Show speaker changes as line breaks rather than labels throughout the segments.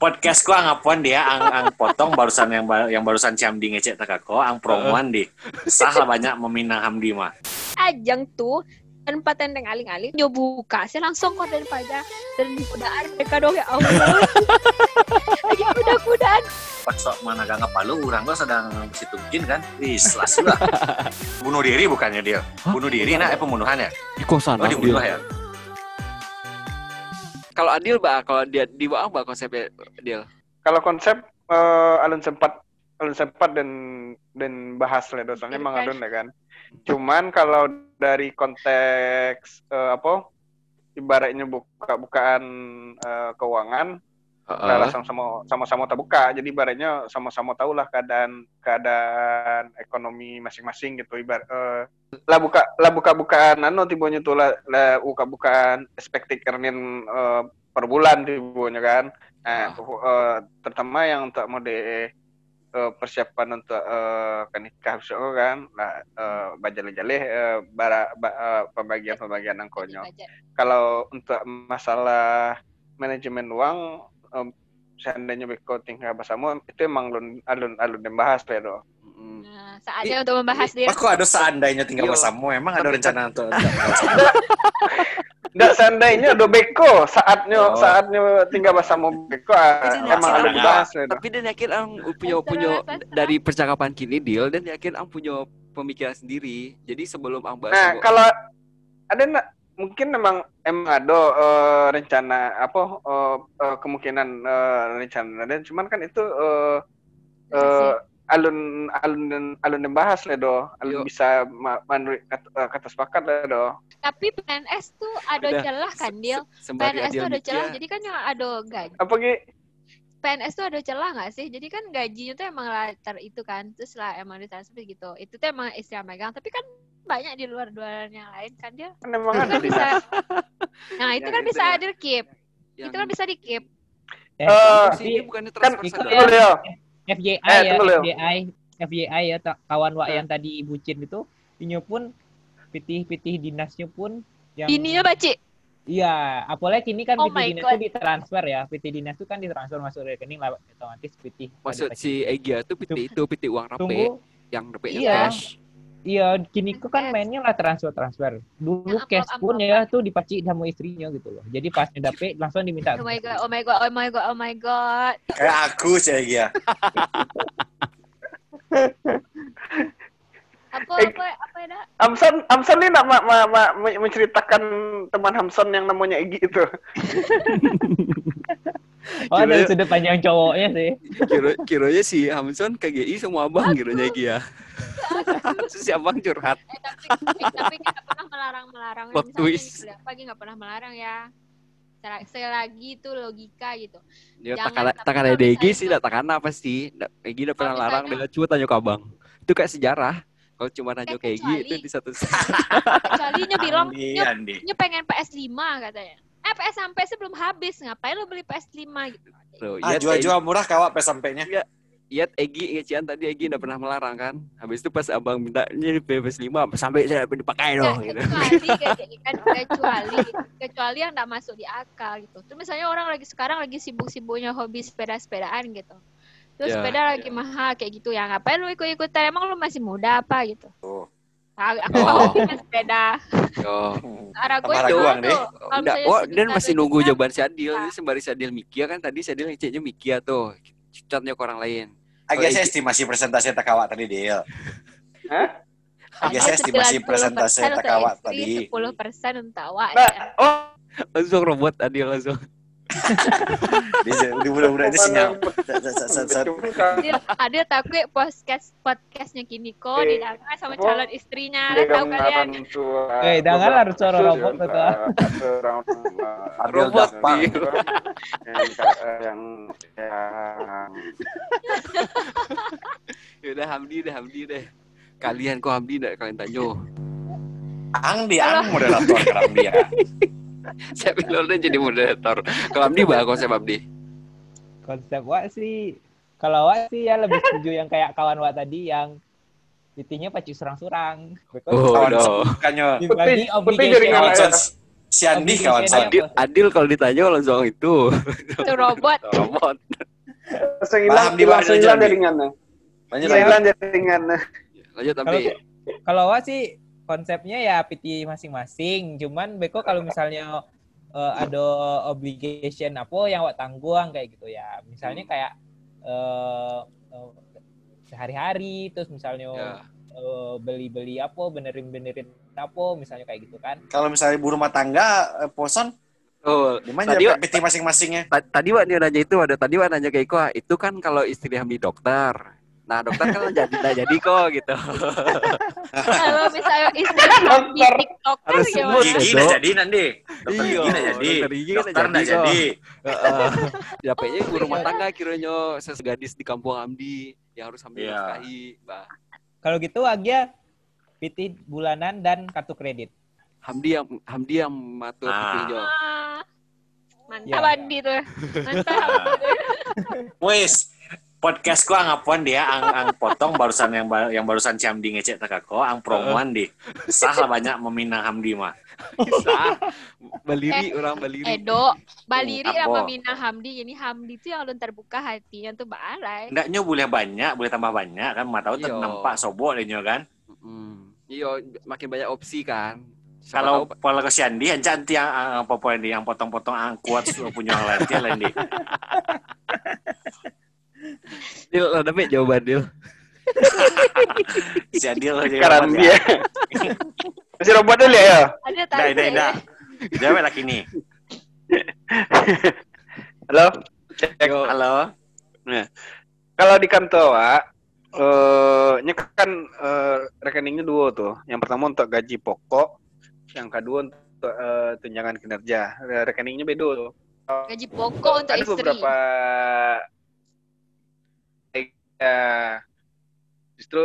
Podcast ku ngapuan dia ang potong barusan yang barusan si Hamdi ngecek takako ang promoan di. Sah lah banyak meminang Hamdi mah.
Ajang tuh tanpa tendeng aling-aling nyo buka saya langsung korden pajak dan di kudaan mereka dong ya Allah. Lagi kuda-kudaan.
Pas sok mana gak ngapalu orang tuh sedang situngkin kan. Wis lah sudah. Bunuh diri bukannya dia. Bunuh diri pembunuhan ya?
Di kosan.
Oh dibunuh ya.
Kalau Adil kalau dia di bawah konsepnya Adil.
Kalau konsep alun sempat dan bahas lah soalnya emang alun ya kan. Cuman kalau dari konteks ibaratnya bukaan keuangan langsung sama-sama terbuka. Jadi ibaratnya sama-sama tahulah keadaan ekonomi masing-masing gitu ibarat bukaan tibonya tuh bukaan expected earning per bulan tibonya kan. Nah, terutama yang untuk mode persiapan untuk nikah besok kan bajaleh-jaleh pembagian angkonya. Kalau untuk masalah manajemen uang seandainya beko tinggal bersama itu emang alun membahas ya
Nah, saatnya untuk membahas dia.
Aku ada seandainya tinggal bersama emang ada rencana untuk
Nggak seandainya do beko saatnya tinggal bersama beko emang alun bahas ya.
Tapi dia yakin punya dari percakapan kini deal dan yakin punya pemikiran sendiri. Jadi sebelum bahas.
Nah, kalau ada mungkin emang ada rencana kemungkinan rencana dan cuman kan itu alun membahas lah alun bisa kata sepakat lah
Tapi PNS tuh ada celah kan Dil? PNS tuh ada celah jadi kan yang ada gaji.
Apa gitu?
PNS tuh ada celah nggak sih? Jadi kan gajinya tuh emang latar itu kan, terus lah emang ditransfer gitu. Itu tuh emang istri yang megang. Tapi kan banyak di luar yang lain kan dia.
Kan emang
itu kan bisa. Nah itu kan bisa ada keep. Itu kan bisa di keep.
Ini bukannya
kan
transfer
FYI ya kawan Wak yang tadi bucin itu, ini pun pitih dinasnya pun yang
ininya baci.
Iya, apalagi ini kan
Oh
PT Dinas itu ditransfer ya. PT Dinas itu kan ditransfer masuk rekening otomatis PT.
Maksud si Egi itu PT uang rapi yang rapinya cash.
Iya, kini kan mainnya lah transfer. Dulu
Ya,
cash pun ya tuh dipacik sama istrinya gitu loh. Jadi pas dapet langsung diminta.
Oh my god.
kayak aku sih ya.
Apa ya?
Hamson ini nak menceritakan teman Hamson yang namanya Egi itu.
Oh, dari sudut pandang cowoknya sih.
Kiranya si Hamson KGI semua abang kiranya Egi ya. Terus si abang curhat.
Tapi kita pernah melarang.
Twist.
Pagi nggak pernah melarang ya. Selagi itu logika gitu.
Ya takkan ada Egi sih, takkan apa sih? Egi udah pernah larang dengan cuma tanya ke abang. Itu kayak sejarah. Kalau cuma nanya kayak gitu di satu
kecuali bilang nyo pengen PS5 katanya. PS sampai sebelum habis ngapain lo beli PS5 gitu.
Jual murah kawak PS sampainya.
Iya Egi ngecian tadi Egi udah pernah melarang kan. Habis itu pas abang minta ini PS5 sampai saya dipakai dong gitu.
Kecuali yang enggak masuk di akal gitu. Terus misalnya orang sekarang lagi sibuk-sibuknya hobi sepedaan gitu. Terus sepeda lagi mahal kayak gitu ya. Ngapain lu ikut-ikutan? Emang lu masih muda apa gitu? Aku punya sepeda. Arah gue
itu.
Dan masih nunggu jawaban si Adil. Ini sembari si Adil Mikia kan tadi si Adil ngeceknya Mikia tuh. Catnya ke orang lain.
Agak saya estimasi presentasi takawak tadi Del. Hah? Agak saya estimasi presentasi takawak tadi.
10% untuk awak.
Langsung robot Adil langsung.
Di bulan-bulan ini sinyal.
Ada takut podcastnya kini kok didengar sama calon istrinya. Tahu kalian?
Dengar harus suara robot betul.
Robot
yang
Yaudah Hamdi deh. Kalian kok Hamdi enggak kalian tanya.
Ang
moderator sekarang dia.
Saya pilih jadi moderator. Kalau Abdi konsep Abdi.
Konsep Wak sih, kalau Wak sih ya lebih setuju yang kayak kawan Wak tadi yang titiknya pacu surang-surang.
Bukannya.
Dibagi obligasi.
Si Andi kawan
Obligation-nya
saya.
Adil kalau ditanya langsung itu.
Itu robot.
Robot.
Paham di
langsung
bawah
hilang
Andi.
jaringannya.
Lanjut
Iya.
Hilang jaringannya.
Lanjut
Kalau
tapi
kalau Wak sih konsepnya ya PT masing-masing. Cuman Beko kalau misalnya ada obligation apa yang Wak tanggung kayak gitu ya. Misalnya kayak sehari-hari terus misalnya
ya.
beli-beli apa, benerin apa, misalnya kayak gitu kan.
Kalau misalnya ibu rumah tangga, Poson,
Oh,
gimana
tadi
ya PT masing-masingnya?
tadi Wak dia nanya itu nanya ke Iko, itu kan kalau istri Hamdi dokter. Nah, dokter kan nggak jadi kok gitu.
Kalau misalnya istri di TikToker
Harus
gimana?
smooth.
Gigi nggak jadi nanti. Dokter
Iya,
gigi nggak jadi.
dokter gigi nggak
Dokter nggak
jadi kok.
jadi.
Ya kayaknya ibu rumah tangga kiranya sesegadis di kampung Hamdi yang harus Hamdi
Iya.
nafkahi, Bah.
Kalau gitu Agia PT bulanan dan kartu kredit.
Hamdi yang matur pitihnya.
Ah, mantap
Ya.
Andi tuh. Mantap.
Wes, podcastku anggapan dia ang potong barusan yang barusan si Hamdi ngecek takako, ang promoan di. Sah lah banyak meminang Hamdi mah.
Sah. Baliri orang Baliri.
Edo, Baliri
Apa?
sama Minang Hamdi. Jadi Hamdi tuh yang ulun terbuka hati, yang tuh balai.
Ndaknya boleh banyak, boleh tambah banyak kan, mau tahu
Iya.
nampak sobok deh kan.
Iya, makin banyak opsi kan. Siapa
Kalau
tahu,
pola ke si Andi, nanti yang apa yang potong-potong ang kuat punya yang lain dia lain di.
Dil, ada apa jawaban Dil?
Si Andi lo
Sekarang dia. Masih robot dulu ya.
Ada
Dah. Jawab lagi nih.
Halo.
Yo,
Halo.
Kalau di kantor, Wak, kan rekeningnya dua tuh. Yang pertama untuk gaji pokok, yang kedua untuk tunjangan kinerja. Rekeningnya beda tuh.
Gaji pokok untuk
Ada
istri.
beberapa justru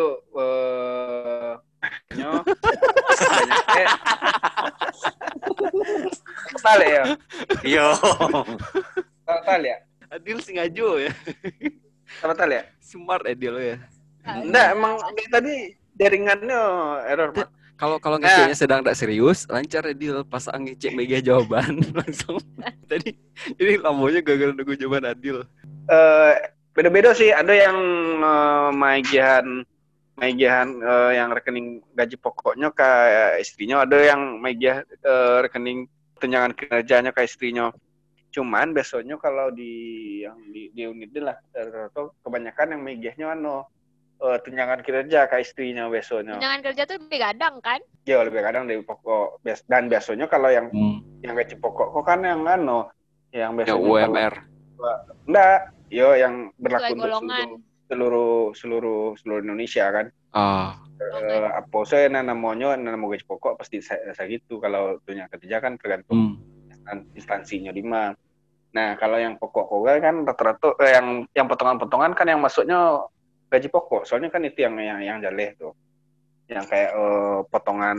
kepala ya.
Yo.
Total ya.
Adil sengaja ya.
Total ya.
Smart Adil ya.
Enggak, emang dari tadi jaringannya error, Pak.
Kalau ngeceknya sedang tak serius, lancar Adil. Pas ngecek media jawaban langsung. Tadi ini lamanya gagal nunggu jawaban Adil.
Beda-beda sih. Ada yang magihan yang rekening gaji pokoknya ke istrinya, ada yang magih rekening tunjangan kinerjanya ke istrinya. Cuman besoknya kalau di unit lah, kebanyakan yang magihnya tunjangan kinerja ke istrinya besoknya.
Tunjangan kerja tuh lebih gadang kan?
Ya lebih kadang dari pokok. Dan biasanya kalau yang gaji pokok kok kan yang yang
Ya
biasanya
UMR.
enggak, yang berlaku
Sesuai
untuk
golongan.
seluruh Indonesia kan. Apa saya namanya gaji pokok pasti saya gitu. Kalau tunjangan kerja kan tergantung instansinya di mana. Nah, kalau yang pokok kan rata-rata yang potongan-potongan kan yang masuknya gaji pokok. Soalnya kan itu yang jaleh tuh. Yang kayak potongan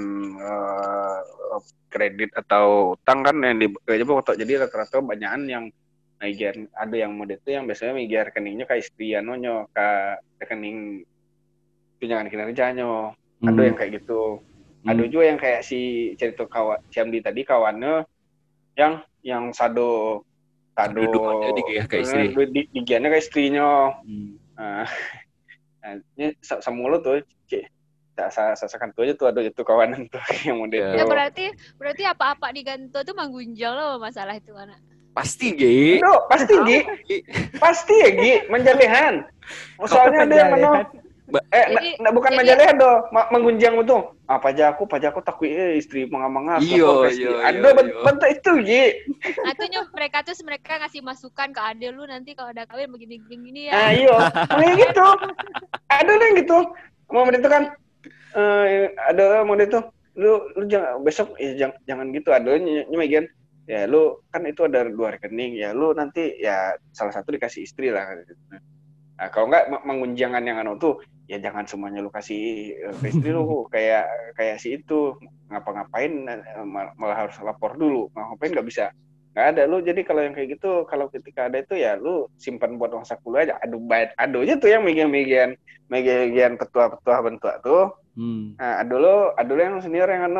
kredit atau utang kan yang di gaji pokok. Jadi rata-rata banyakan yang ada yang mode itu yang biasanya media rekeningnya ke istri ke rekening tunjangan kinerjanya. Ada yang kayak gitu. Ada juga yang kayak si cerita kawan si Amdi tadi kawannya yang sado
ke istri.
digiannya ke istrinya. Nah, ini sama lo tuh sasakan tuh aja tuh ada itu kawanan tuh yang mode
Ya berarti apa-apa digantung tuh manggunjal loh masalah itu anak.
Pasti Gi.
Pasti ya Gi, menjalehan. Soalnya ada yang bukan menjalehan doh, menggunjang itu. Pajak aku takut istri mangga-mangga.
Iya.
Ada bentuk itu Gi.
Atunya mereka ngasih masukan ke ade lu nanti kalau udah kawin begini-begini ya.
Iya, kayak gitu. Ada yang gitu. Mau itu kan ada mau itu. Lu jangan besok jangan gitu. Ada nyemegian. Ya lu kan itu ada 2 rekening ya lu nanti ya salah satu dikasih istri lah. Nah, kalau enggak mengunjangan yang tuh ya jangan semuanya lu kasih ke istri lu kayak si itu ngapa-ngapain malah harus lapor dulu. Ngapain nggak bisa. Nggak ada lu. Jadi kalau yang kayak gitu kalau ketika ada itu ya lu simpan buat uang saku aja. Aduh aja tuh yang megian ketua bentuk tuh. Nah, ada lu yang senior yang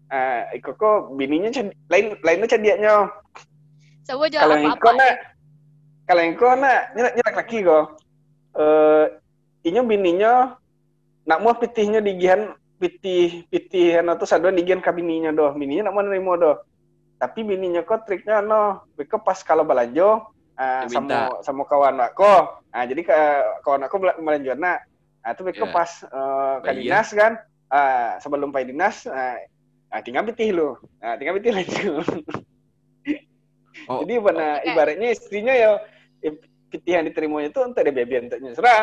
Iko kok bininya lainnya cadiaknya.
Semua jual
Kalau
apa-apa.
Iko nyerak laki kok. Inyo bininya nak mau pitihnya digihan pitih atau saduan digihan ka bininya doh. Bininya nak mau nerimo doh. Tapi bininya kok triknya Iko pas kalau belanja sama kawan aku. Jadi kawan aku belanja itu Iko pas ke dinas kan. Sebelum pai dinas tinggal pitih lo. Tinggal pitih lagi. Jadi ibaratnya istrinya ya pitih yang diterima itu untuk dia bebian untuk nyerang.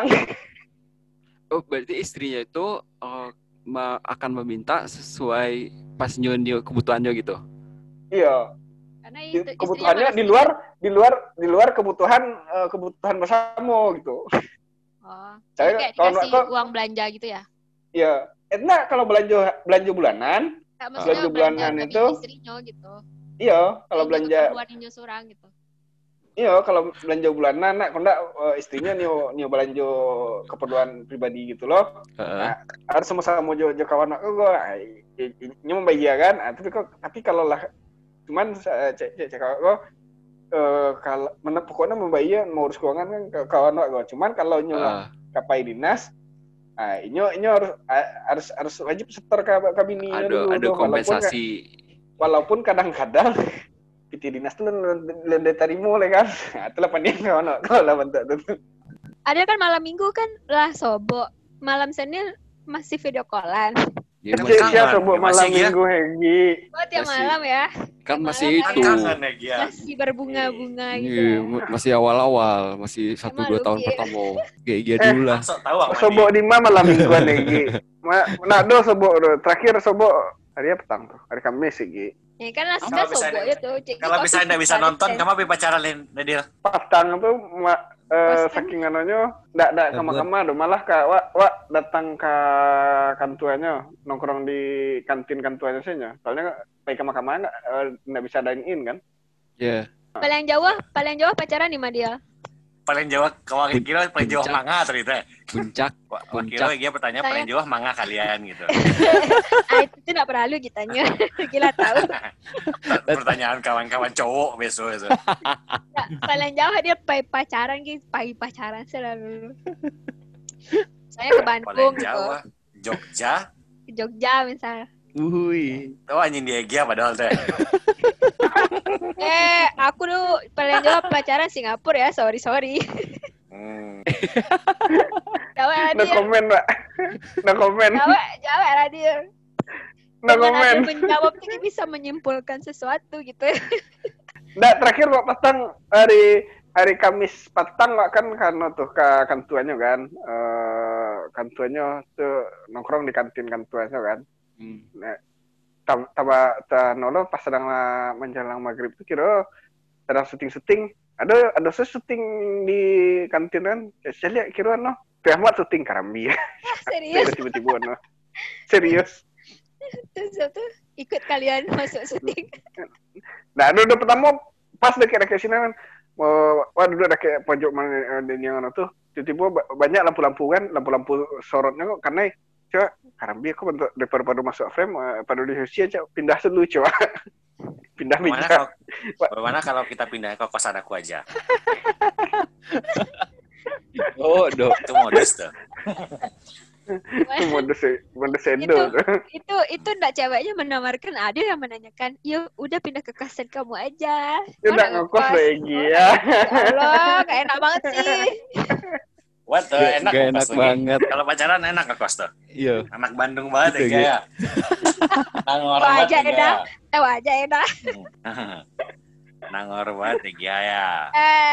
Oh, berarti istrinya itu akan meminta sesuai pas dia kebutuhannya gitu.
Iya.
Karena
kebutuhannya di luar kebutuhan bersama gitu.
Oh.
Saya
kayak
kalau
dikasih uang belanja gitu ya?
Iya. Enak kalau belanja bulanan. Belanja bulanan itu
istrinya gitu.
Iya, kalau belanja
keperluan surang gitu.
Iya, kalau belanja bulanan kondak istrinya nio belanja keperluan pribadi gitu loh. Harus sama-sama jo kawan aku ini membayar kan. Tapi kalau lah cuman cek aku kalau pokoknya membayar mau urus keuangan kan kawan aku. Cuman kalau nyolah kapai dinas ini harus wajib setor ke bininya dulu.
Ada kompensasi.
Walaupun kadang-kadang PT dinas tuh lebih terima kan. Itulah pandang kalau bentuk itu.
Ada kan malam minggu kan lah sobo. Malam Senin masih video callan.
Ya,
siapa sobo malam minggu Hegi.
Oh, tiap malam ya.
Kan masih itu.
Masih berbunga-bunga gitu.
Masih awal-awal, masih 1-2 tahun pertama. Kayak dulu lah.
Sobo di mana malam mingguan Hegi? Sobo terakhir sobo hari petang tuh, hari Kamis Hegi.
Ya kan Laska sobo itu.
Kalau bisa enggak bisa nonton, kamu pacaran Nadil.
Petang itu saking anonya ndak kama-kama do malah wak datang ke kantuannya nongkrong di kantin kantuannya saja. Soalnya baik kama-kama ndak bisa dine in kan?
Iya.
Paling jauh pacaran di Madial.
Paling jauh kawan kira paling jauh manga ternyata.
Puncak.
Kira dia bertanya paling jauh manga kalian gitu.
Itu tidak perlu ditanya. Gila tahu.
Pertanyaan kawan-kawan cowok besok itu.
Paling jauh dia pacaran gitu, pacaran selalu. Saya ke Bandung
paling jauh, gitu.
Jogja misalnya.
Oh anjing dia Gia padahal teh.
Aku dulu paling jauh pacaran Singapura ya, sorry.
No comment, Mbak. No comment.
Jawab radio.
No comment.
Menjawab itu bisa menyimpulkan sesuatu gitu.
Nah, terakhir Mbak Patang hari Kamis Patang Mbak kan karena tuh ke kantuannya kan. Kantuannya tuh nongkrong di kantin kantuannya kan. Nah, nolo pas sedang menjelang maghrib tuh kira sedang syuting. Ada syuting di kantin kan. Saya lihat kira Ahmad syuting Karambi.
Serius?
Tiba-tiba serius.
Terus ikut kalian masuk syuting.
Nah, udah pertama pas dekat sini kan. Waduh udah kayak pojok mana yang tuh. Tiba-tiba banyak lampu sorotnya kok karena coba Karambi aku bentuk daripada masuk frame pada di Rusia coba pindah dulu coba. Pindah meja.
Bagaimana kalau kita pindah ke kosan aku aja? Itu modus tuh.
modus endo.
Itu enggak ceweknya menawarkan, ada yang menanyakan, "Yuk, udah pindah ke kosan kamu aja."
Udah ngekos lagi ya.
Allah, enggak enak banget sih.
Enak
banget.
Kalau pacaran enak ke kos tuh.
Iya.
Anak Bandung banget ya. Nangor
banget ya. Tahu aja enak.
Nangor banget ya.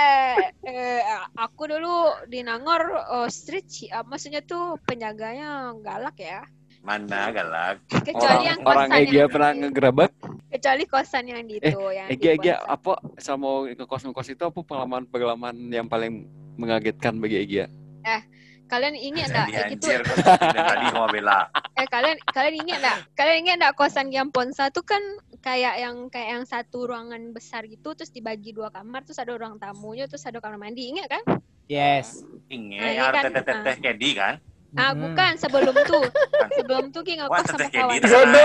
Aku dulu di Nangor street maksudnya tuh penjaganya galak ya.
Mana galak?
Kecuali yang kosan
orang dia pernah ngegerabak.
Kecuali kosan yang di itu yang
apa sama ngekos itu apa pengalaman yang paling mengagetkan bagi Egia?
Kalian ingat enggak gitu?
Tadi mau bela.
Kalian ingat enggak kosan yang Ponsa tuh kan kayak yang satu ruangan besar gitu terus dibagi 2 kamar terus ada ruang tamunya terus ada kamar mandi, ingat kan?
Yes.
Ingat, harus teteh Kedi kan?
Bukan sebelum tuh ki ngekos sama kawan.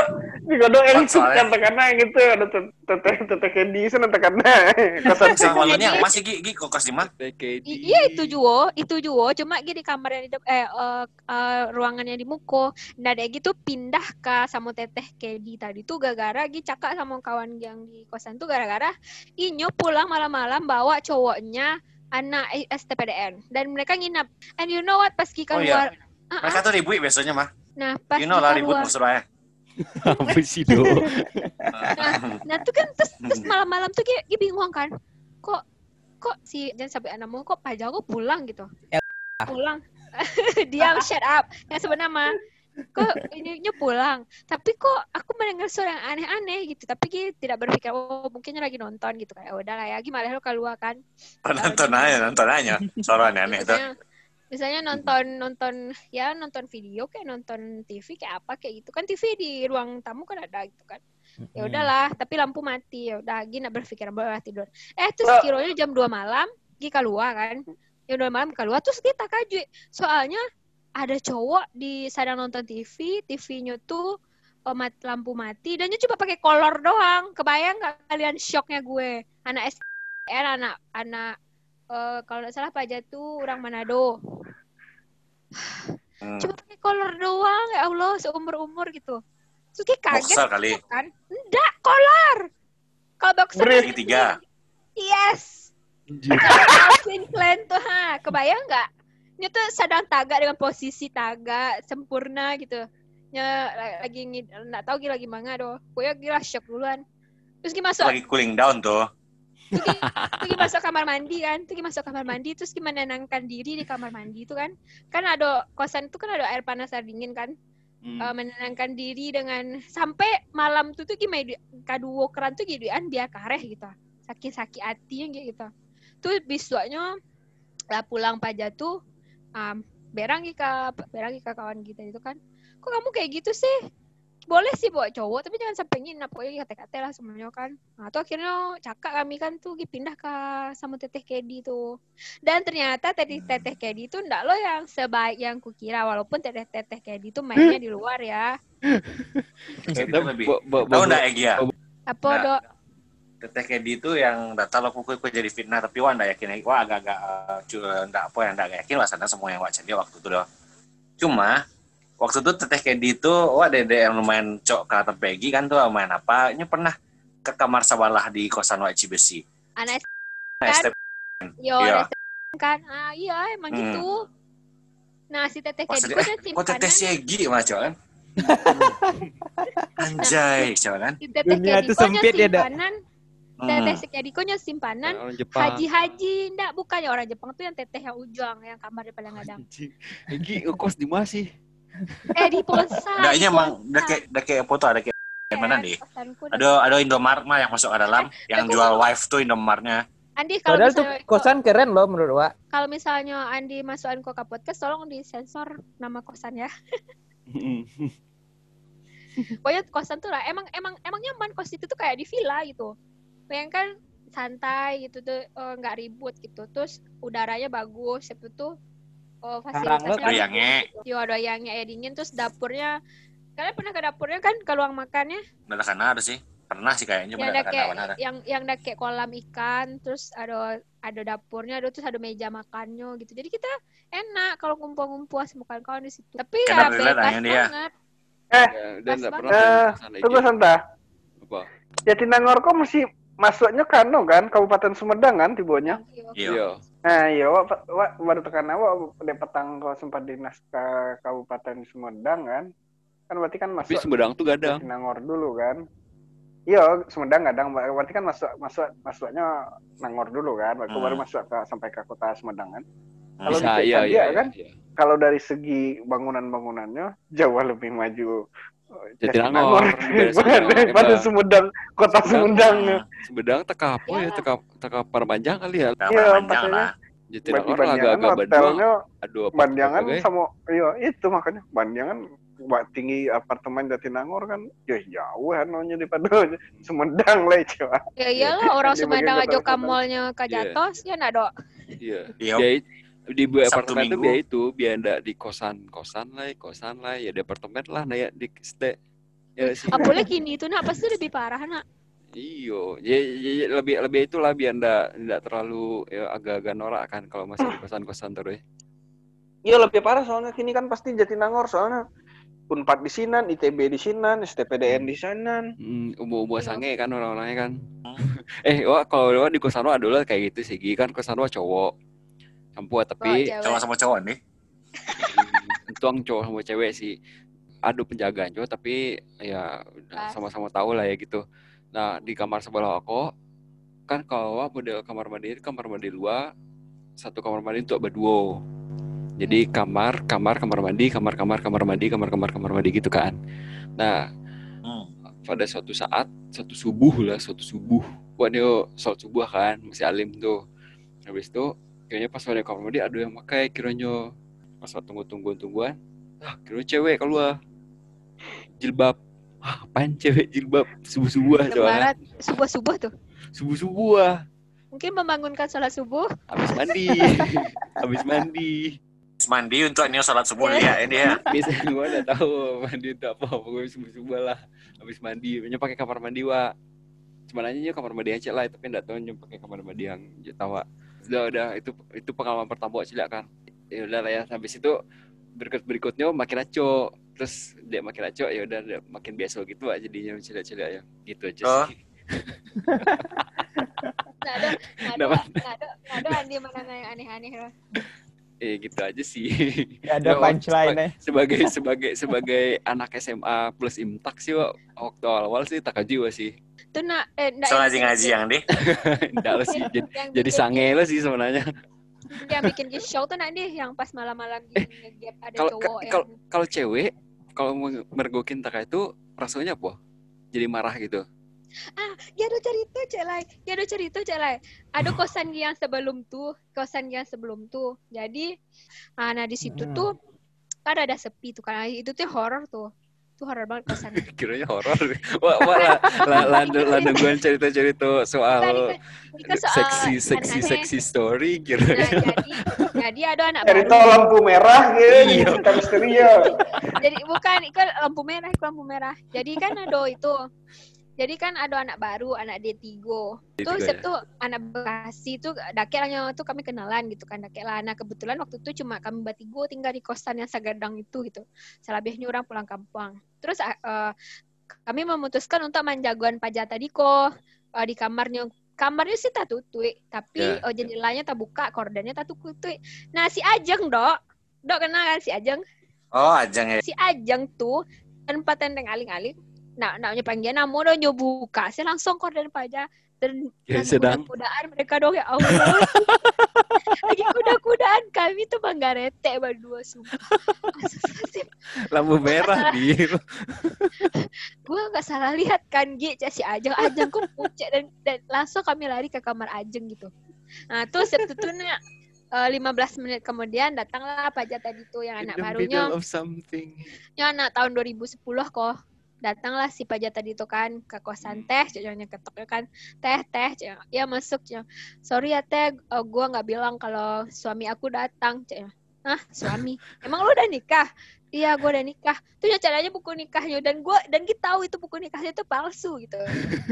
Kalau yang
Soalnya-
katakanlah gitu ada teteh Kedi sana katakanlah kosan
Sama malunya masih Gi kos di mana?
Iya itu juo cuma di kamar yang ruangannya di Muko. Nah ada gitu pindah ke sama teteh Kedi tadi tuh gara-gara cakap sama kawan yang di kosan tuh gara-gara Inyo pulang malam-malam bawa cowoknya anak STPDN dan mereka nginap. And you know what pas
Oh,
keluar
Mereka tuh ribut biasanya mah.
nah pas
You know lah ribut
keluar
musuhnya.
Apa sih do?
nah tuh kan terus malam-malam tuh dia bingung kan kok si jangan sampai anakmu kok pajak aku pulang gitu pulang diam shut up yang sebenarnya mah kok ini pulang tapi kok aku mendengar suara yang aneh-aneh gitu tapi tidak berpikir mungkin lagi nonton gitu kayak udah lah ya gimana lo keluar kan
Nonton aja. Suara aneh-aneh tuh.
misalnya nonton video kayak nonton TV kayak apa kayak gitu kan TV di ruang tamu kan ada gitu kan ya udahlah tapi lampu mati ya udah nak berpikir boleh tidur terus kiranya jam 2 malam keluar kan jam 2 malam keluar terus kita kaju soalnya ada cowok di sadang nonton TV-nya tuh lampu mati dan dia coba pakai kolor doang kebayang nggak kalian shocknya gue anak SR anak kalau nggak salah Pak Jatuh orang Manado. Cuma pakai kolor doang, ya Allah, seumur-umur gitu. Terus kayak kaget
Boxer kali.
kan? Enggak, kolor. Kalau boxer
Segitiga.
Yes. Calvin Klein tuh, kebayang nggak? Ini tuh sedang tagak dengan posisi tagak sempurna gitu. Lagi nggak tahu lagi mana doh. Pokoknya gila shock duluan. Terus gimana masuk?
Lagi cooling down tuh.
Tuh masuk kamar mandi kan, terus gimana menenangkan diri di kamar mandi itu kan ada kosan itu kan ada air panas air dingin kan, menenangkan diri dengan sampai malam tuh gimana kaduo keran tuh giduan biar kareh gitu, sakit hati gitu, tuh besoknya lah pulang pajak tuh, berang ke kawan kita itu kan, kok kamu kayak gitu sih? Boleh sih bawa cowok tapi jangan sampai nginap pokoknya kate-kate lah semuanya kan. Nah tuh akhirnya cakap kami kan tuh pindah ke sama teteh Kedi tuh. Dan ternyata teteh Kedi itu enggak lo yang sebaik yang kukira walaupun teteh Kedi itu mainnya di luar ya.
Tahu enggak Egia?
Apa dok?
Teteh Kedi itu yang data lo kuku jadi fitnah tapi wah enggak yakin wah agak-agak enggak apa yang enggak yakin lah sana semua yang wajar dia waktu itu doh. Cuma waktu itu teteh Kedi itu, dede yang lumayan cok ke atas Peggy kan tuh main apa? Ini pernah ke kamar sebelah di kosan Waci Besi.
Anak
kan?
Iya. Kan? Iya emang gitu. Nah si teteh Kedi itu simpanan.
Kok teteh Segi macam kan? Anjay, coba kan?
Si teteh Kedi itu
sempit ya dak.
Teteh Kedi simpanan haji-haji, enggak bukannya orang Jepang tuh yang teteh yang ujung yang kamar di Padang-Padang.
Egi ngekos di mana sih?
Di Polsa.
Enggaknya emang udah kayak foto ada kayak mana nih? Ada Indomaret mah yang masuk ke dalam, yang jual wife tuh Indomaretnya.
Andi kalau
padahal tuh kosan keren loh menurut Wak.
Kalau misalnya Andi masukin ke podcast tolong disensor nama kosan ya. Pokoknya kosan tuh lah emang nyaman, kos itu tuh kayak di villa gitu. Bayangkan santai gitu tuh nggak ribut gitu. Terus udaranya bagus, itu tuh fasilitasnya ada yangnya air dingin, terus dapurnya kalian pernah ke dapurnya kan ke ruang makannya?
Udah kan ada sih, pernah sih kayaknya
ada yang ada kayak kolam ikan, terus ada dapurnya, terus ada meja makannya gitu. Jadi kita enak kalau ngumpul-ngumpul sama kawan-kawan di situ. Tapi ya bebas banget.
Dan nggak pernah
tunggu sebentar.
Apa?
Jatinangor kok mesti masuknya Kano kan, Kabupaten Sumedang kan tibonya.
Iya.
Nah, iya, baru tekan awak di petang kau sempat dinas ke Kabupaten Sumedang kan berarti kan masuk.
Tapi Sumedang tuh gadang.
Nangor dulu kan. Iya, Sumedang gadang, berarti kan masuknya Nangor dulu kan, baru masuk sampai ke kota Sumedang kan. Kalau iya kan, kalau dari segi bangunannya jauh lebih maju
Jatinangor
pada Sumedang, kota Sumedang.
Sumedang teka apa ya? Teka Parmanjang kali ya.
Iya, maksudnya
Jatinangor agak-agak
Bandiangan sama itu makanya Bandiangan tinggi apartemen Jatinangor kan jauh anonya daripada Sumedang lah coba.
Ya iyalah orang Sumedang aja ke mallnya ke Jatos ya nado.
Iya. Di apartemen itu biar itu biar ndak di kosan lah ya di apartemen lah nah ya di stay Ya sih.
Apalagi kini itu nak pasti lebih parah nak.
Iyo, lebih itulah biar ndak terlalu ya, agak-agak norak kan kalau masih di kosan-kosan terus.
Iya lebih parah soalnya kini kan pasti Jatinangor soalnya Unpad di sinan, ITB di sinan, STPDN di sinan.
Umur sange kan orang-orangnya kan. Wah kalau di kosan lo adalah kayak gitu sih, kan kosan lo cowok. Campur tapi
cowok sama cowok nih.
Tuang cowok sama cewek sih. Aduh penjagaan cowok tapi ya udah sama-sama tahu lah ya gitu. Nah di kamar sebelah aku kan kalau model kamar mandi luar, satu kamar mandi itu berdua. Jadi kamar mandi gitu kan. Nah pada suatu saat satu subuh buat dia sholat subuh kan masih alim tuh. Habis itu kayaknya pas pada kamar mandi ada yang pakai kiranya pas tungguan kira cewek keluar jilbab. Apaan cewek jilbab subuh-subuh soalnya.
Subuh-subuh tuh.
Subuh-subuh.
Mungkin membangunkan sholat subuh.
Habis mandi
untuk ini sholat subuh ya ini ya.
Biasanya gue udah tahu mandi untuk apa. Pokoknya subuh-subuh lah. Habis mandi, banyak pakai kamar mandi wa. Cuma nanya kamar mandi aja lah, tapi enggak tahu pakai kamar mandi yang tahu. Udah itu pengalaman pertama aja kan. Ya udah lah ya, habis itu berikutnya makin aco. Terus dia makin aco, ya udah makin biasa gitu aja jadinya cilik-cilik ya. Gitu aja sih.
Nggak ada Andi mana yang aneh-aneh loh.
Gitu aja sih.
Gak ada punchline
sebagai anak SMA plus imtak sih waktu awal sih tak jiwa sih.
Itu
so ngaji yang deh.
Enggak lah sih. Jadi sange lah sih sebenarnya.
Yang bikin show tuh nanti yang pas malam-malam gap ada cowok
kalau cewek kalau mergokin taka itu rasanya apa? Jadi marah gitu.
Dia ada cerita cek lai. Ada kosan yang sebelum tuh. Jadi, nah di situ tuh kan ada sepi tuh kan. Itu tuh horor tuh. Itu horor banget kosan.
Kiranya horor. Wah lah nungguan cerita-cerita soal seksi story kiranya.
Nah, jadi ada anak
cerita baru. Lampu merah gitu. Cerita misterius.
Jadi bukan itu lampu merah. Jadi kan ada anak baru, anak D3. Terus itu anak Bekasi tuh dakeknya tuh kami kenalan gitu kan dakeklah. Nah kebetulan waktu itu cuma kami bertiga tinggal di kosan yang Sagadang itu gitu. Selebihnya orang pulang kampung. Terus kami memutuskan untuk menjagoan pajak tadi di kamarnya sih tak tutup, tapi jendelanya tak buka, kordennya tak tutup. Nah si Ajeng dok kenal kan si Ajeng?
Oh Ajeng ya.
Si Ajeng tuh tanpa tenteng aling-aling. Nah, namanya panggilan namu udah nyobuka, saya langsung korden pajak dan kuda-kudaan mereka dong ya Allah. Lagi kuda-kudaan kami tuh manggarete berdua sumpah.
Lampu merah di.
Gue nggak salah lihat kan si Ajeng kok pucet dan langsung kami lari ke kamar Ajeng gitu. Nah terus sebetulnya 15 menit kemudian datanglah pajak tadi tuh yang anak barunya. Yang anak tahun 2010 kok. Datanglah si pajak tadi tuh kan ke kosan teh, ceweknya ketok kan teh, ya masuk cewek. Sorry ya teh, gue nggak bilang kalau suami aku datang cewek. Suami? Emang lu udah nikah? Iya gue udah nikah. Tuh caranya buku nikahnya dan kita tahu itu buku nikahnya itu palsu gitu.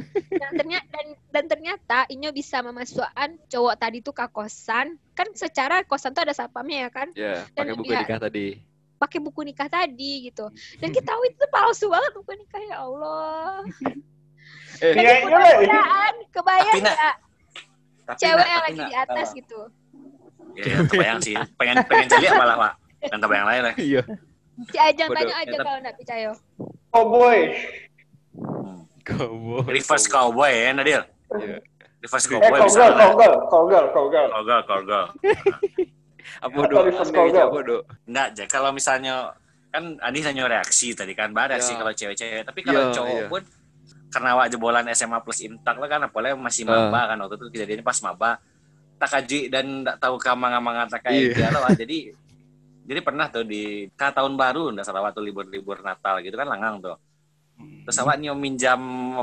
Dan ternyata Inyo bisa memasukkan cowok tadi tuh ke kosan. Kan secara kosan tuh ada satpamnya ya kan?
Iya, pakai buku nikah tadi.
Pakai buku nikah tadi gitu. Dan kita tahu itu palsu banget buku nikah ya Allah. Kebayang enggak? Cewek yang lagi di atas gitu.
Ya, kebayang sih. Pengen jadi malah, Pak. Dan kebayang lain lah.
Iya.
Si Ajeng tanya aja kalau enggak percaya.
Cowboy.
Reverse cowboy ya, Nadil?
Iya.
Reverse cowboy bisa. Cowgirl.
Apa do?
Enggak, kalau misalnya kan Andi hanya reaksi tadi kan, reaksi kalau cewek-cewek. Tapi kalau cowok pun karena awak jebolan SMA plus imtak lah kan, apalagi masih maba kan waktu itu kejadiannya pas maba. Tak kaji dan enggak tahu kamang-kamang kayak dia lah. Jadi pernah tuh di tahun baru enggak salah waktu libur Natal gitu kan langang tuh. Terus awak minjam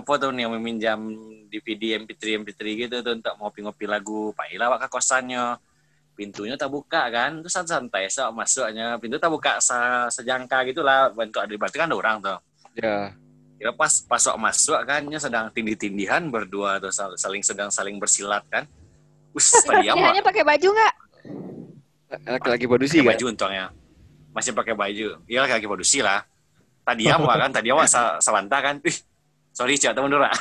DVD MP3 gitu tuh untuk ngopi-ngopi lagu Pak Ila awak ke kosannya. Pintunya tak buka kan, terus santai masuknya pintu tak buka sejangka gitulah, bentuk ada berarti kan ada orang tuh.
Ya.
Ya pas masuk kan nya sedang tindih-tindihan berdua atau saling bersilat kan. Tadi
Tindihannya pakai baju nggak?
Laki-laki produksi
pakai
kan?
baju untungnya. Masih pakai baju. Iya laki-laki produksi lah. Tadi kan tadi sawanta kan. Sorry cak teman dulu.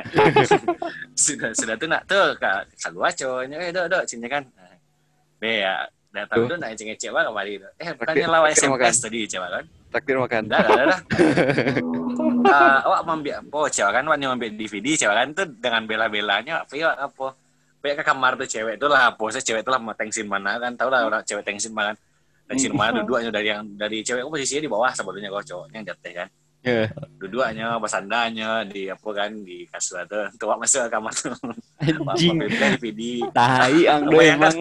sudah tuh nak tuh kak salua cowoknya dok sini kan. Be ya datang tuh nak ngecek banget kemarin itu. Tanya lawan SMS tadi cewek kan.
Takdir makan.
Dah. Awak ambil apa cewek kan wani ambil DVD cewek kan tuh dengan bela-belanya apa kayak ke kamar tuh cewek tuh lah pose cewek tuh lah mau tengsin mana kan tahu lah orang cewek tengsin mana tengsin mana duduknya dari cewek posisinya di bawah sebetulnya kalau cowoknya yang jatuh kan duduknya basandanya di apa kan di kasur tuh wak masuk ke kamar tuh
Anjing
DVD
tai angdo emang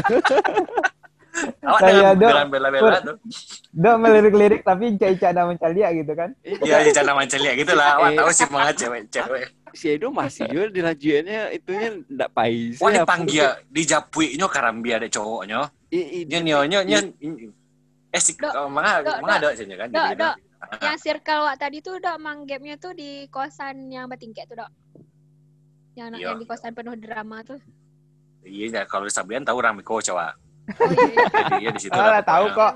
awak dengan bela-bela tuh
Dok melirik-lirik tapi Ica ada mencalia gitu kan.
iya Ica mencelia gitu lah awak tahu sih semangat cewek
si Edo masih juga dilanjutannya itunya ndak pais.
Wah dipanggil dijapuinya karambia ada cowoknya. Nyonya mana ada sih kan.
Dok. Yang circle wak tadi tuh dok manggapnya tuh di kosan yang Batingkek tuh dok. Yang di kosan penuh drama tuh.
Iya kalau Sabian tahu Ramiko cowok.
Oh iya.
Jadi ya di situ
lah tahu kok.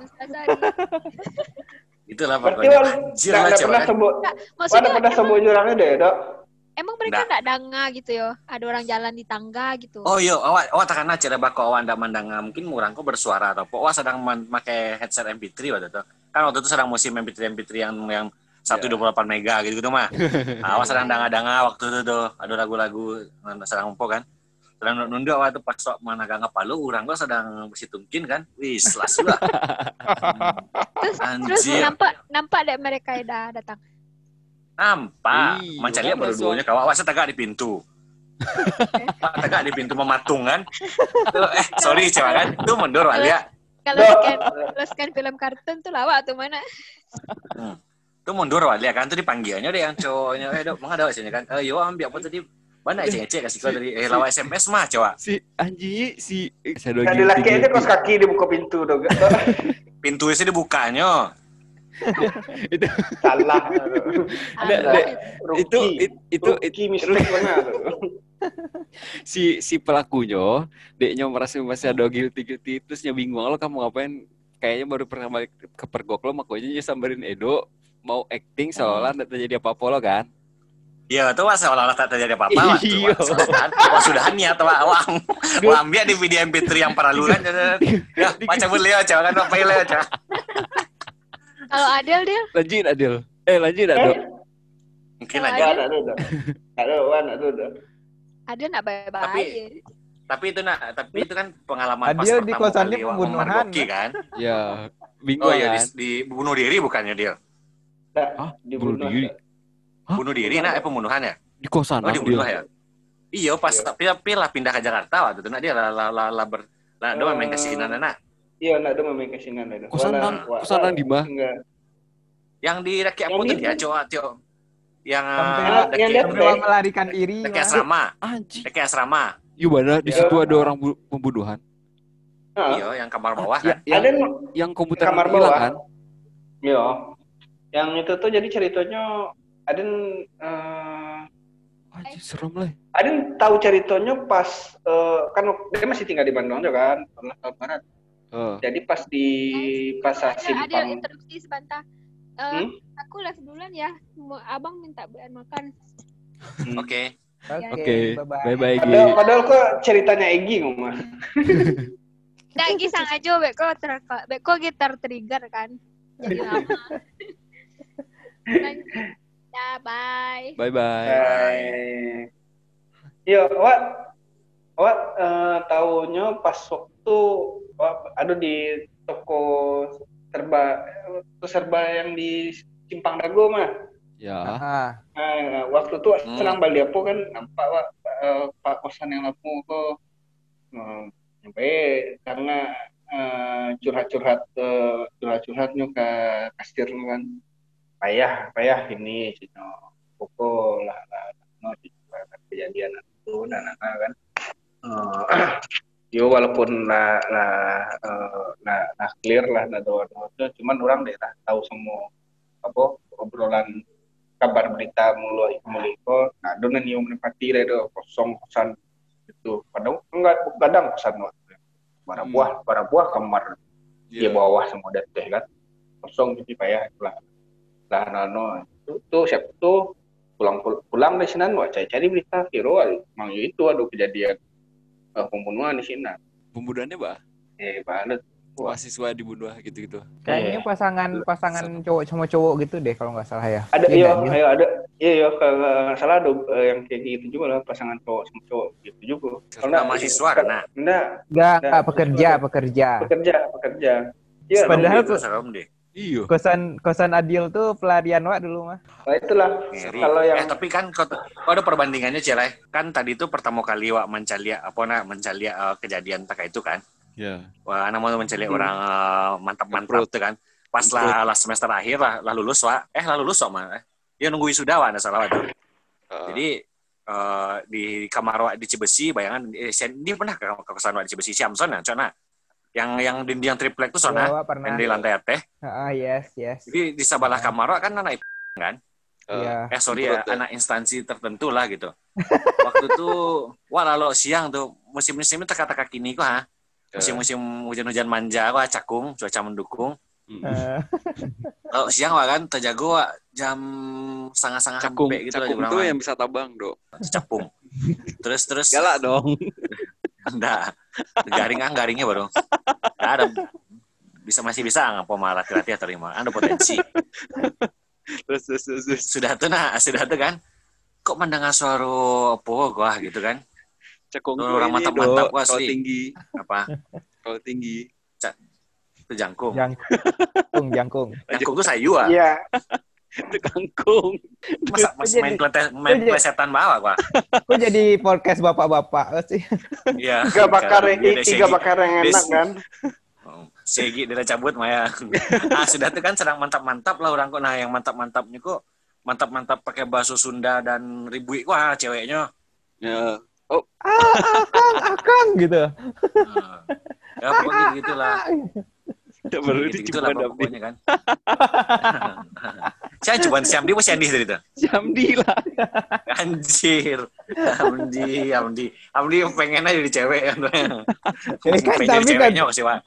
Itulah
Berarti
pokoknya. Anjir lah
pernah sebut.
Maksudnya
Pernah sebut jurangnya deh, Dok.
Emang mereka enggak danga gitu yo? Ada orang jalan di tangga gitu.
Oh iya, awak takkan aja bako awak ndak mandang mungkin murang kok bersuara atau awak sedang pakai headset MP3 waktu itu. Kan waktu itu sedang musim MP3 yang 128 mega gitu mah. Awak sedang danga-danga waktu itu tuh, ada lagu-lagu sedang empuk kan. Sedang nunduk waktu pas mana gak ngapalu urang gua sedang bersitungkin kan. Wis, lasu lah.
Terus nampak deh mereka udah datang.
Nampak, Mancalia baru duanya kawak awak tegak di pintu. Tegak di pintu mematung kan. Sorry cewek kan. Itu mundur Walia.
Kalau scan film kartun tuh lawak tuh mana?
Itu mundur Walia kan tuh dipanggilnya deh yang cowoknya. Dok, mana ada sini kan. Yo ambil apa tadi? Mana ngecek kasih kau dari lawak SMS mah coba.
Si Anji saya
Tadi laki aja kos kaki dibuka pintu dong.
Pintu itu dibukanya.
Itu
Salah.
Itu
mistake mana
si pelakunya deknya merasa masih ada guilty terus bingung lo kamu ngapain kayaknya baru pernah balik ke pergok lo makanya samberin Edo mau acting seolah tidak terjadi apa-apa lo kan.
Iya, itu seolah-olah tak terjadi apa-apa. Iya. Sudah niat awang. Wah, ambil di video MP3 yang paraluran. Ya, baca beliau aja kan apa ile aja.
Kalau Adel.
Lanjut Adel.
Mungkin aja.
Adel enggak baik-baik.
Tapi itu kan pengalaman pas
Adel di
pertama
kosannya
kali
pembunuhan
kan.
Ya, bingung
ya
kan.
di bunuh diri bukannya dia.
Dibunuh diri.
Bunuh diri pembunuhan ya?
Di kosan.
Oh, dibunuh ya? Iya, pas tapi lah pindah ke Jakarta waktu itu dia do main kasinan nak.
Iya, nak do main kasinan ada.
Kosan di mana?
Yang di Raki apa tuh dia cowok yang
dia melarikan diri.
Raki asrama.
Anjing.
Raki asrama.
Iya benar, di situ ada orang pembunuhan.
Iya, yang kamar bawah kan.
Ada
yang komputer
kamar
hilang
bawah
kan?
Iya. Yang itu tuh jadi ceritanya Aden
Anjir serem lah.
Aden tahu ceritanya pas kan dia masih tinggal di Bandung aja kan, tahun barat. Jadi pas simpang.
Ada interupsi sebentar. Aku live duluan ya. Abang minta belian makan.
Oke.
Bye.
Padahal kok ceritanya Egi ngomong.
Nah, Egi sang aja beko gitar trigger kan. Jadi lama. Ya, bye.
Bye.
Yo, Wak tahunya pas waktu ada di toko serba yang di Simpang Dago mah.
Ya.
Nah, waktu itu senang balik apa kan nampak Pak kosan yang laku kok sampai karena curhat-curhatnya ke kasir kan. Payah ini cino pokok lah kejadian itu dan kan yo walaupun lah clear lah doa cuman orang daerah tahu semua apa obrolan kabar berita mulai ko nah donan yang menempati do kosong kosan itu padahal enggak kadang kosan para buah kamar di bawah semua teh kan kosong jadi payah lah itu siapa tuh pulang dari sini cari berita viral emang itu kejadian pembunuhan di sini.
Pembunuhannya
banget
mahasiswa dibunuh gitu-gitu.
Kayaknya pasangan cowok sama cowok gitu deh kalau nggak salah ya.
Ada kalau nggak salah ada yang kayak gitu juga lah pasangan cowok sama cowok gitu juga.
Karena mahasiswa karena
enggak pekerja.
Iya.
Padahal
itu serem deh.
Iya.
Kosan Adil tuh pelarian Wak dulu mah.
Nah itulah. Kalau yang
tapi kan kau ada perbandingannya Celai. Kan tadi itu pertama kali Wak mencari kejadian tak itu kan.
Ya.
Wah, anak mau mencari orang mantap-mantap tuh kan. Pas lah semester akhir lah lulus Wak. Lah lulus Wak mah. Dia nunggu wisuda Wak, ada salah tuh. Jadi di kamar Wak di Cibesi, bayangan dia pernah ke kosan Wak di Cibesi Samson ya, Cona. Yang dinding triplek tuh Sona, yang di lantai teh.
Yes.
Jadi di sebelah kamar Wak kan anak kan. Anak instansi tertentu lah gitu. Waktu itu lalu siang tuh musim-musimnya teka-teka kini kok musim-musim hujan-hujan manja cakung, cuaca mendukung. Kalau siang kan terjago jam setengah sampai gitu
cakung tuh yang bisa tabang
cakung. Terus
galak dong.
Enggak. Garingnya baru. Enggak ada. Masih bisa ngapa malah laki-laki terima. Ada potensi.
Terus.
Sudah tuh kan. Kok mendengar suara apa gitu kan.
Cekung
orang mantap-mantap
asli. Tinggi.
Apa?
Kalau tinggi.
Itu jangkung.
Jangkung
itu sayu
Iya.
Itu kangkung.
Masa main plesetan bawah gua.
Kok jadi podcast bapak-bapak sih?
Iya.
Tiga bakar yang enak kan.
Segi dia cabut Maya. Sudah tuh kan sedang mantap-mantap lah orang kok. Nah, yang mantap-mantapnya kok mantap-mantap pakai bahasa Sunda dan ribui ceweknya.
Ya.
Akang gitu.
Ya pokoknya gitulah.
Tidak perlu
gitulah pokoknya kan. Saya coba Syamdi mau Syandi dari itu.
Syamdi lah.
Anjir. Amdi pengen aja jadi cewek kan.
Kan
jadi ceweknya sih, Pak.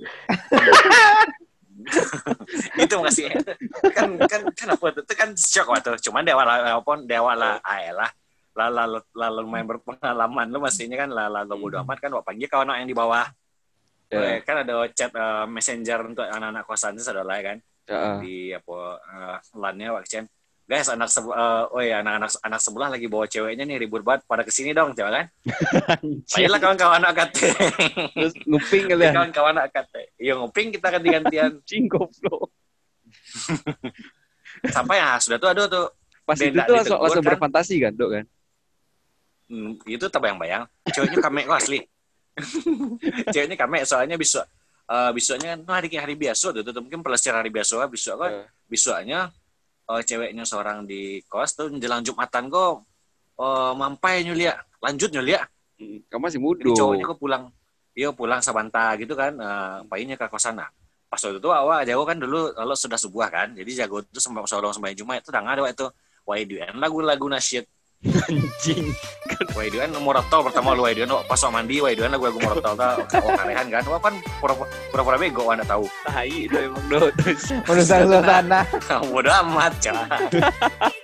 Itu masih kan apa itu kan shock waktu. Cuman dewa lah lalu main berpengalaman lu mestinya kan lalu bodo amat kan panggil kawan yang di bawah. Kan ada chat messenger untuk anak-anak kosan itu adalah kan. Di LAN-nya Wakcen. Guys, anak sebelah lagi bawa ceweknya nih ribut banget pada kesini dong, coba kan? Ayolah kawan-kawan AKT.
Terus nguping kalian.
Kawan-kawan AKT. Iya nguping kita ganti-gantian.
Cingkoplo.
Sampai sudah tuh ada tuh.
Pas itu tuh langsung berfantasi kan, Dok kan?
Itu terbayang-bayang. Ceweknya kame kok asli. Ceweknya kame soalnya besoknya kan hari biasa tuh mungkin pelesiran hari biasa kan besoknya ceweknya seorang di kos tuh menjelang Jumatan kok mampai nyulia
kamu masih muda
cowoknya kok pulang sabanta gitu kan painya ke kosan pas waktu itu awal jago kan dulu kalau sudah subuh kan jadi jago itu sembahyang Jumat itu udah ada waktu waiduan lagu nasyid
anjing
waiduan morotol pertama lu waiduan pas mandi waiduan lagu morotol karehan kan kan pura-pura bego anda tahu
tai itu emang do
merusak suasana
bodoh amat cah